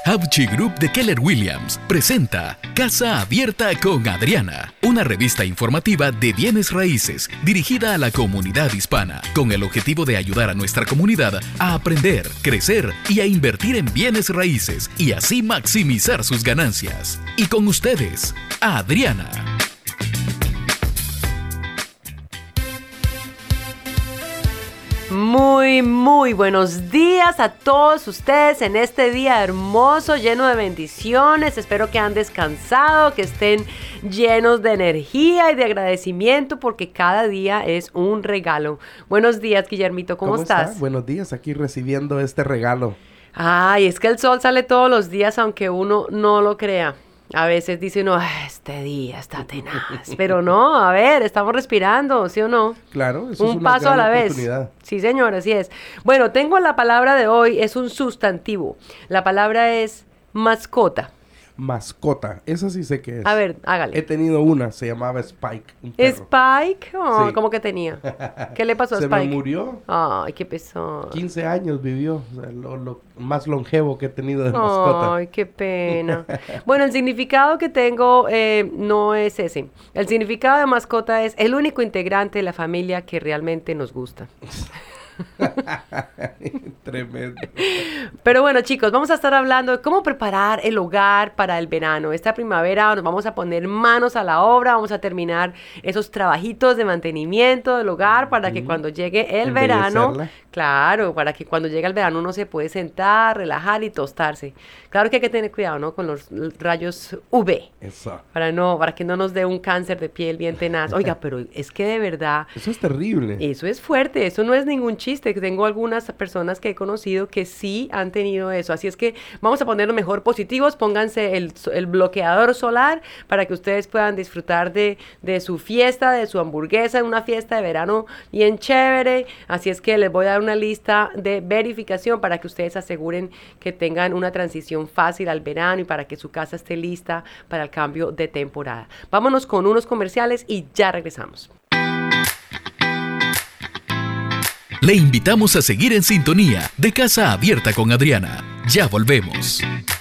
Havchi Group de Keller Williams presenta Casa Abierta con Adriana, una revista informativa de bienes raíces dirigida a la comunidad hispana, con el objetivo de ayudar a nuestra comunidad a aprender, crecer y a invertir en bienes raíces y así maximizar sus ganancias. Y con ustedes, Adriana. Muy buenos días a todos ustedes en este día hermoso, lleno de bendiciones. Espero que han descansado, que estén llenos de energía y de agradecimiento porque cada día es un regalo. Buenos días, Guillermito, ¿cómo estás? Buenos días, aquí recibiendo este regalo. Ay, es que el sol sale todos los días aunque uno no lo crea. A veces dice uno, este día está tenaz, pero no, a ver, estamos respirando, ¿sí o no? Claro, eso es un una paso gran a la vez. oportunidad. Sí, señor, así es. Bueno, tengo la palabra de hoy, es un sustantivo. La palabra es mascota. Mascota, esa sí sé que es. A ver, hágale. He tenido una, se llamaba Spike, un perro. ¿Spike? Oh, Sí. ¿Cómo que tenía? ¿Qué le pasó a Se Spike? me murió. Ay, qué pesado. 15 años vivió, o sea, lo más longevo que he tenido de mascota. Ay, qué pena. Bueno, el significado que tengo no es ese. El significado de mascota es el único integrante de la familia que realmente nos gusta. Tremendo. Pero bueno, chicos, vamos a estar hablando de cómo preparar el hogar para el verano. Esta primavera nos vamos a poner manos a la obra, vamos a terminar esos trabajitos de mantenimiento del hogar para que cuando llegue el verano, claro, para que cuando llegue el verano uno se puede sentar, relajar y tostarse. Claro que hay que tener cuidado, ¿no? Con los rayos UV. Eso. Para que no nos dé un cáncer de piel bien tenaz. Oiga, pero es que de verdad Eso es terrible. eso es fuerte, eso no es ningún chiste. Tengo algunas personas que he conocido que sí han tenido eso. Así es que vamos a ponerlo mejor positivos. Pónganse el bloqueador solar para que ustedes puedan disfrutar de su fiesta, de su hamburguesa, en una fiesta de verano bien chévere. Así es que les voy a dar una lista de verificación para que ustedes aseguren que tengan una transición fácil al verano y para que su casa esté lista para el cambio de temporada. Vámonos con unos comerciales y ya regresamos. Le invitamos a seguir en sintonía de Casa Abierta con Adriana. Ya volvemos.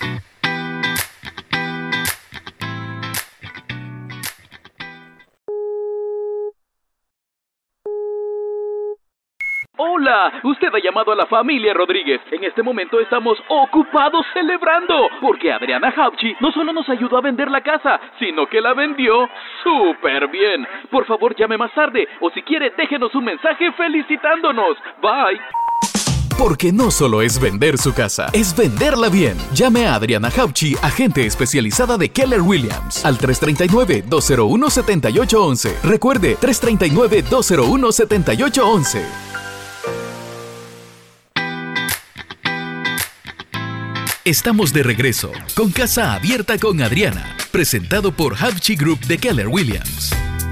Hola, usted ha llamado a la familia Rodríguez. En este momento estamos ocupados celebrando, porque Adriana Havchi no solo nos ayudó a vender la casa, sino que la vendió súper bien. Por favor, llame más tarde, o si quiere, déjenos un mensaje felicitándonos. Bye. Porque no solo es vender su casa, es venderla bien. Llame a Adriana Havchi, agente especializada de Keller Williams, al 339-201-7811. Recuerde, 339-201-7811. Estamos de regreso con Casa Abierta con Adriana, presentado por Havchi Group de Keller Williams.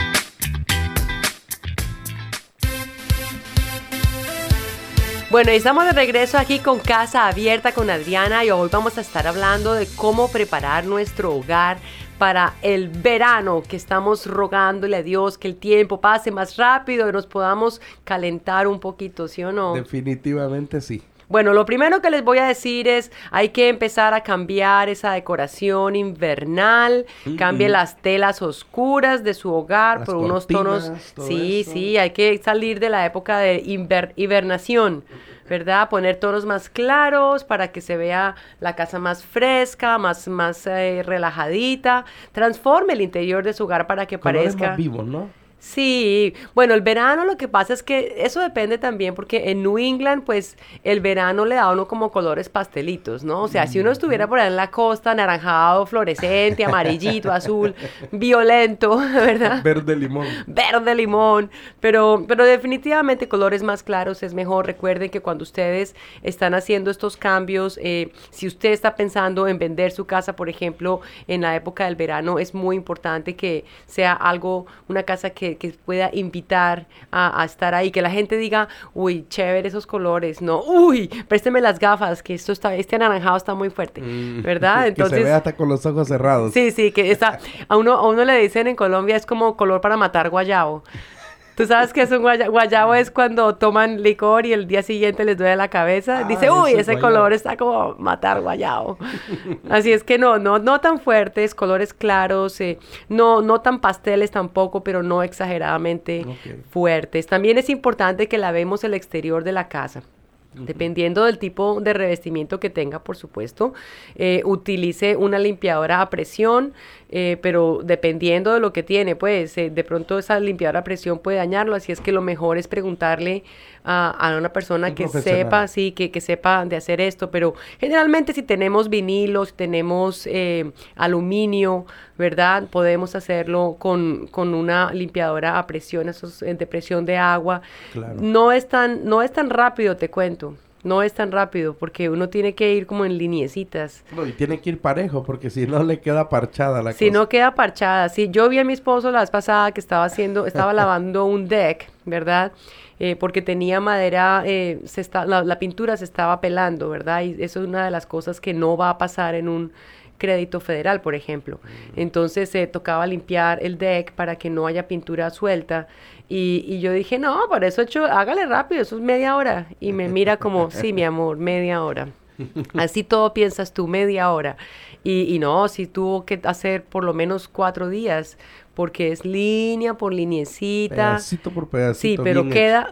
Bueno, y estamos de regreso aquí con Casa Abierta con Adriana y hoy vamos a estar hablando de cómo preparar nuestro hogar para el verano, que estamos rogándole a Dios que el tiempo pase más rápido y nos podamos calentar un poquito, ¿sí o no? Definitivamente sí. Bueno, lo primero que les voy a decir es, hay que empezar a cambiar esa decoración invernal, cambie las telas oscuras de su hogar Las por unos cortinas, tonos, todo sí, eso. sí, hay que salir de la época de hibernación, ¿verdad? Poner tonos más claros para que se vea la casa más fresca, más relajadita, transforme el interior de su hogar para que Colores parezca más vivos, ¿no? Sí, bueno, el verano lo que pasa es que eso depende también porque en New England, pues, el verano le da a uno como colores pastelitos, ¿no? O sea, si uno estuviera por ahí en la costa, anaranjado, fluorescente, amarillito, azul, violento, ¿verdad? Verde limón. Verde limón, pero definitivamente colores más claros es mejor. Recuerden que cuando ustedes están haciendo estos cambios, si usted está pensando en vender su casa, por ejemplo, en la época del verano, es muy importante que sea algo, una casa que pueda invitar a estar ahí, que la gente diga, uy, chévere esos colores, no, uy, présteme las gafas, que este anaranjado está muy fuerte, ¿verdad? Entonces, que se vea hasta con los ojos cerrados. Sí, que está, a uno le dicen en Colombia es como color para matar guayabo. Tú sabes que es un guayabo es cuando toman licor y el día siguiente les duele la cabeza. Dice, uy, ese color está como matar guayabo. Así es que no tan fuertes, colores claros, no tan pasteles tampoco, pero no exageradamente fuertes. También es importante que lavemos el exterior de la casa. Dependiendo del tipo de revestimiento que tenga, por supuesto, utilice una limpiadora a presión, pero dependiendo de lo que tiene, pues de pronto esa limpiadora a presión puede dañarlo, así es que lo mejor es preguntarle a una persona que sepa, sí, que sepa de hacer esto, pero generalmente si tenemos vinilos, si tenemos aluminio, ¿verdad? Podemos hacerlo con una limpiadora a presión, esos de presión de agua. Claro. No es tan rápido, te cuento. No es tan rápido porque uno tiene que ir como en lineecitas. No, y tiene que ir parejo porque si no le queda parchada la cosa. Si no queda parchada. Sí, yo vi a mi esposo la vez pasada que estaba lavando un deck, ¿verdad? Porque tenía madera, la pintura se estaba pelando, ¿verdad? Y eso es una de las cosas que no va a pasar en un crédito federal, por ejemplo. Entonces tocaba limpiar el deck para que no haya pintura suelta. Y yo dije, no, por eso hágale rápido, eso es media hora. Y me mira como, sí, mi amor, media hora. Así todo piensas tú, media hora. Y no, sí tuvo que hacer por lo menos 4 días, porque es línea por lineecita. Pedacito por pedacito. Sí, pero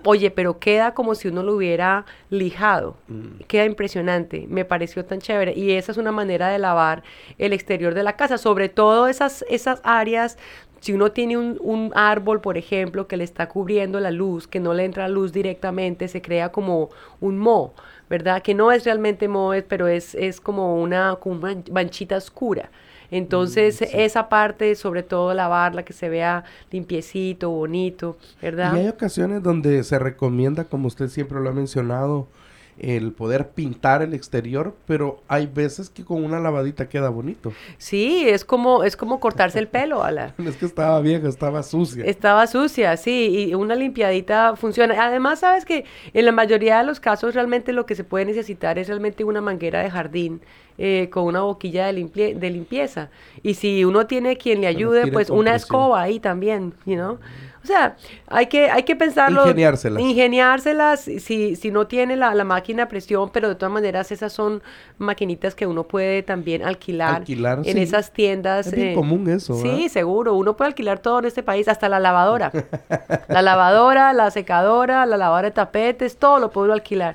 queda como si uno lo hubiera lijado. Queda impresionante. Me pareció tan chévere. Y esa es una manera de lavar el exterior de la casa. Sobre todo esas áreas. Si uno tiene un árbol, por ejemplo, que le está cubriendo la luz, que no le entra luz directamente, se crea como un moho, ¿verdad? Que no es realmente moho, pero es como una manchita oscura. Entonces, sí. Esa parte, sobre todo lavarla, que se vea limpiecito, bonito, ¿verdad? Y hay ocasiones donde se recomienda, como usted siempre lo ha mencionado, el poder pintar el exterior, pero hay veces que con una lavadita queda bonito. Sí, es como cortarse el pelo, Ala. Es que estaba vieja, estaba sucia. Estaba sucia, sí, y una limpiadita funciona. Además, sabes que en la mayoría de los casos realmente lo que se puede necesitar es realmente una manguera de jardín con una boquilla de limpieza. Y si uno tiene quien le ayude, pues una escoba ahí también, you know? O sea, hay que pensarlo. Ingeniárselas. Si no tiene la máquina a presión, pero de todas maneras esas son maquinitas que uno puede también alquilar en sí. Esas tiendas. Es bien común eso, ¿verdad? Sí, seguro. Uno puede alquilar todo en este país, hasta la lavadora. La lavadora, la secadora, la lavadora de tapetes, todo lo puedo alquilar.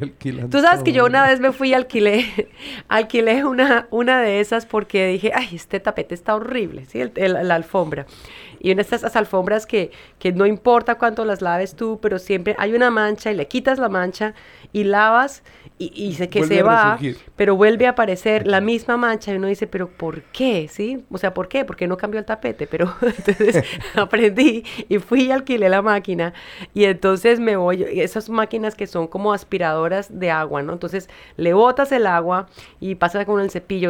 Tú sabes que yo una vez me fui y alquilé una de esas porque dije, ay, este tapete está horrible, ¿sí? La alfombra. Y en estas alfombras que no importa cuánto las laves tú, pero siempre hay una mancha y le quitas la mancha y lavas y sé que se va, pero vuelve a aparecer la misma mancha y uno dice, pero ¿por qué? ¿Sí? O sea, ¿por qué? Porque no cambió el tapete, pero entonces aprendí y fui y alquilé la máquina y entonces me voy, esas máquinas que son como aspiradoras de agua, ¿no? Entonces le botas el agua y pasas con el cepillo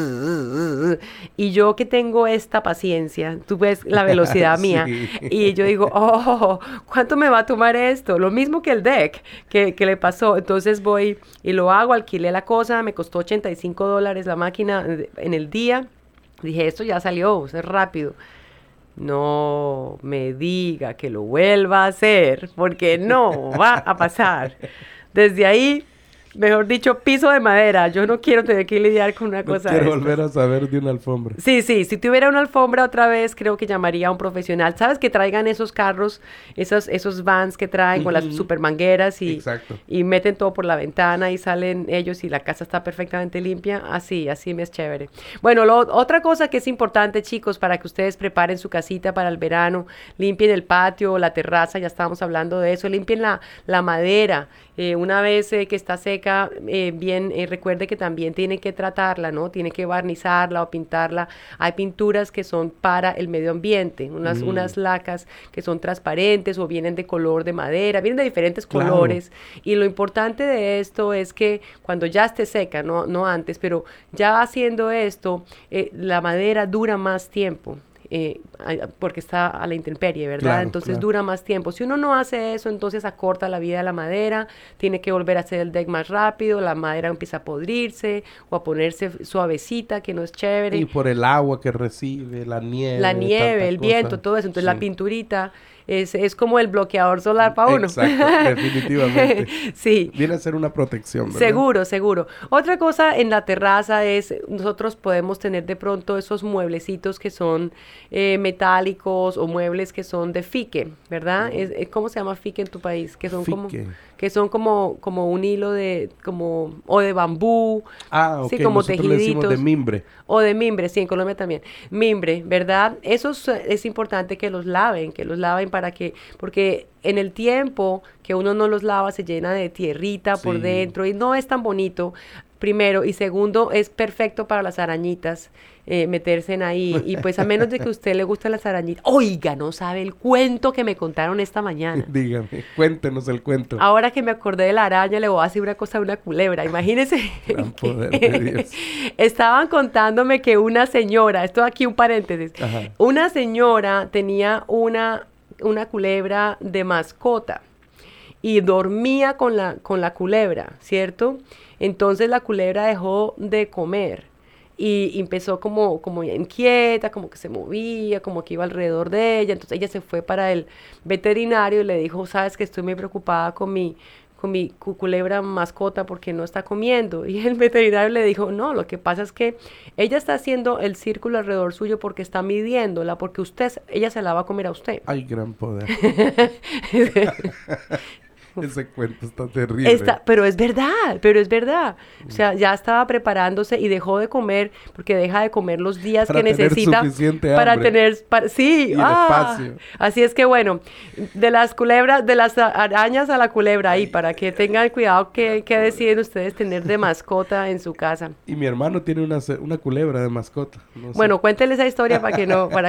y yo que tengo esta paciencia, tú ves la velocidad mía, sí. Y yo digo, ¿cuánto me va a tomar esto? Lo mismo que el deck que le pasó. Entonces voy y lo hago, alquilé la cosa, me costó $85 la máquina en el día. Dije, esto ya salió, es rápido. No me diga que lo vuelva a hacer, porque no va a pasar. Desde ahí, mejor dicho, piso de madera. Yo no quiero tener que lidiar con una cosa. No quiero volver a saber de una alfombra. Sí. Si tuviera una alfombra otra vez, creo que llamaría a un profesional. ¿Sabes? Que traigan esos carros, esos vans que traen con las supermangueras y meten todo por la ventana y salen ellos y la casa está perfectamente limpia. Así me es chévere. Bueno, otra cosa que es importante, chicos, para que ustedes preparen su casita para el verano, limpien el patio, la terraza, ya estábamos hablando de eso, limpien la madera. Una vez que está seca, recuerde que también tiene que tratarla, ¿no? Tiene que barnizarla o pintarla. Hay pinturas que son para el medio ambiente, unas lacas que son transparentes o vienen de color de madera, vienen de diferentes colores. Y lo importante de esto es que cuando ya esté seca, no antes, pero ya haciendo esto, la madera dura más tiempo. Porque está a la intemperie, ¿verdad? Entonces dura más tiempo. Si uno no hace eso, entonces acorta la vida de la madera, tiene que volver a hacer el deck más rápido, la madera empieza a podrirse o a ponerse suavecita, que no es chévere. Y por el agua que recibe, la nieve, el viento, todo eso. Entonces la pinturita Es como el bloqueador solar para uno. Exacto, definitivamente. Sí. Viene a ser una protección, ¿verdad? Seguro, seguro. Otra cosa en la terraza es, nosotros podemos tener de pronto esos mueblecitos que son metálicos o muebles que son de fique, ¿verdad? ¿Cómo se llama fique en tu país? Que son como un hilo o de bambú. Ah, ok. Sí, como nosotros le decimos tejiditos. de mimbre. O de mimbre, sí, en Colombia también. Mimbre, ¿verdad? Eso es importante que los laven porque en el tiempo que uno no los lava se llena de tierrita por dentro y no es tan bonito, primero. Y segundo, es perfecto para las arañitas meterse en ahí. Y pues a menos de que a usted le gusten las arañitas. Oiga, no sabe el cuento que me contaron esta mañana. Dígame, cuéntenos el cuento. Ahora que me acordé de la araña, le voy a decir una cosa de una culebra. Imagínese. Gran poder de Dios. Estaban contándome que una señora, esto aquí un paréntesis, Ajá. una señora tenía una culebra de mascota y dormía con la culebra, ¿cierto? Entonces la culebra dejó de comer y empezó como inquieta, como que se movía, como que iba alrededor de ella. Entonces ella se fue para el veterinario y le dijo, sabes que estoy muy preocupada con mi culebra mascota porque no está comiendo. Y el veterinario le dijo, no, lo que pasa es que ella está haciendo el círculo alrededor suyo porque está midiéndola, porque ella se la va a comer a usted. Ay, gran poder. Ese cuento está terrible. Pero es verdad. O sea, ya estaba preparándose y dejó de comer porque deja de comer los días para que necesita suficiente para hambre tener sí, y espacio. Así es que bueno, de las arañas a la culebra ahí, para que tengan cuidado qué deciden ustedes tener de mascota en su casa. Y mi hermano tiene una culebra de mascota. No sé. Bueno, cuéntele esa historia para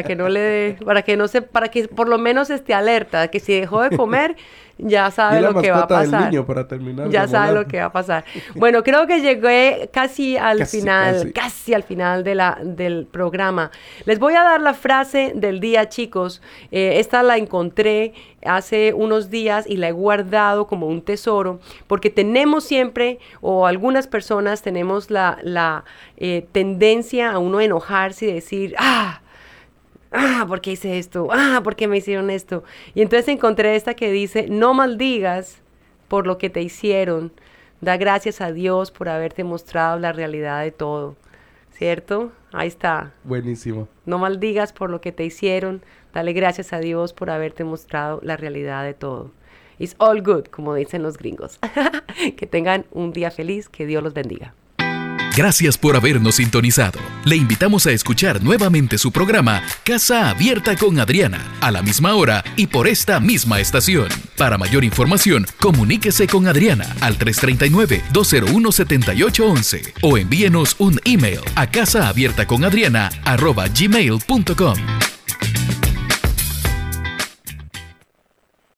que por lo menos esté alerta, que si dejó de comer ya sabe lo que va a pasar. Del niño para terminar ya sabe lo que va a pasar. Bueno, creo que llegué casi al final del programa. Les voy a dar la frase del día, chicos. Esta la encontré hace unos días y la he guardado como un tesoro, porque tenemos siempre, o algunas personas tenemos la tendencia a uno enojarse y decir, ¿por qué hice esto? ¿Por qué me hicieron esto? Y entonces encontré esta que dice, no maldigas por lo que te hicieron, da gracias a Dios por haberte mostrado la realidad de todo, ¿cierto? Ahí está. Buenísimo. No maldigas por lo que te hicieron, dale gracias a Dios por haberte mostrado la realidad de todo. It's all good, como dicen los gringos. Que tengan un día feliz, que Dios los bendiga. Gracias por habernos sintonizado. Le invitamos a escuchar nuevamente su programa Casa Abierta con Adriana, a la misma hora y por esta misma estación. Para mayor información, comuníquese con Adriana al 339-201-7811 o envíenos un email a casaabiertaconadriana@gmail.com.